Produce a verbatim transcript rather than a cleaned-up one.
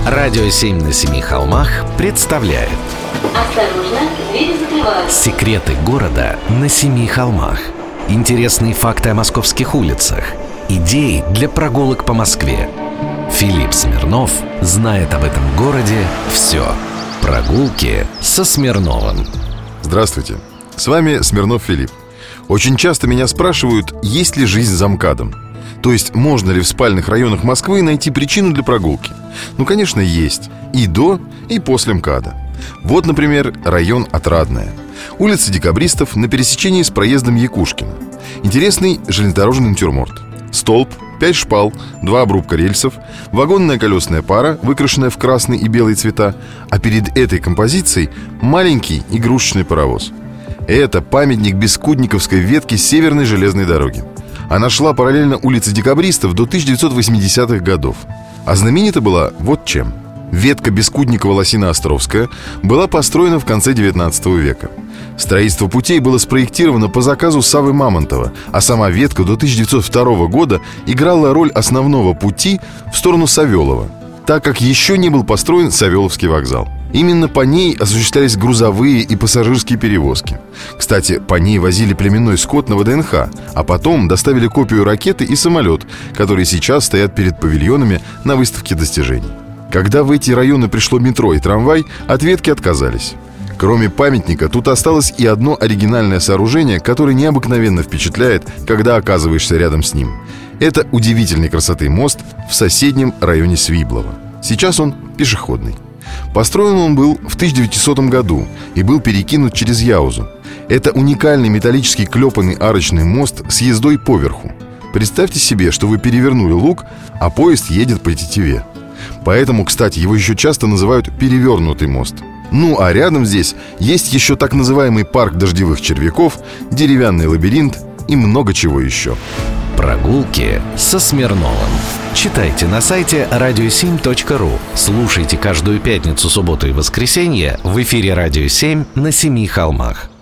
Радио семь на семи холмах представляет Осторожно, двери закрываются. Секреты города на семи холмах. Интересные факты о московских улицах. Идеи для прогулок по Москве. Филипп Смирнов знает об этом городе все. Прогулки со Смирновым. Здравствуйте, с вами Смирнов Филипп. Очень часто меня спрашивают, есть ли жизнь за МКАДом. То есть, можно ли в спальных районах Москвы найти причину для прогулки? Ну, конечно, есть. И до, и после МКАДа. Вот, например, район Отрадное. Улица Декабристов на пересечении с проездом Якушкина. Интересный железнодорожный натюрморт. Столб, пять шпал, два обрубка рельсов, вагонная колесная пара, выкрашенная в красный и белый цвета, а перед этой композицией маленький игрушечный паровоз. Это памятник бескудниковской ветки Северной железной дороги. Она шла параллельно улице Декабристов до тысяча девятьсот восьмидесятых годов. А знаменита была вот чем. Ветка Бескудникова-Лосино-Островская была построена в конце девятнадцатого века. Строительство путей было спроектировано по заказу Саввы Мамонтова, а сама ветка до тысяча девятьсот второго года играла роль основного пути в сторону Савелова, так как еще не был построен Савеловский вокзал. Именно по ней осуществлялись грузовые и пассажирские перевозки. Кстати, по ней возили племенной скот на ВДНХ, а потом доставили копию ракеты и самолет, которые сейчас стоят перед павильонами на выставке достижений. Когда в эти районы пришло метро и трамвай, от ветки отказались. Кроме памятника, тут осталось и одно оригинальное сооружение, которое необыкновенно впечатляет, когда оказываешься рядом с ним. Это удивительной красоты мост в соседнем районе Свиблово. Сейчас он пешеходный. Построен он был в тысяча девятисотом году и был перекинут через Яузу. Это уникальный металлический клепанный арочный мост с ездой поверху. Представьте себе, что вы перевернули лук, а поезд едет по тетиве. Поэтому, кстати, его еще часто называют «перевернутый мост». Ну а рядом здесь есть еще так называемый парк дождевых червяков, деревянный лабиринт и много чего еще. Прогулки со Смирновым. Читайте на сайте радио семь точка ру. Слушайте каждую пятницу, субботу и воскресенье в эфире «Радио семь» на семи холмах.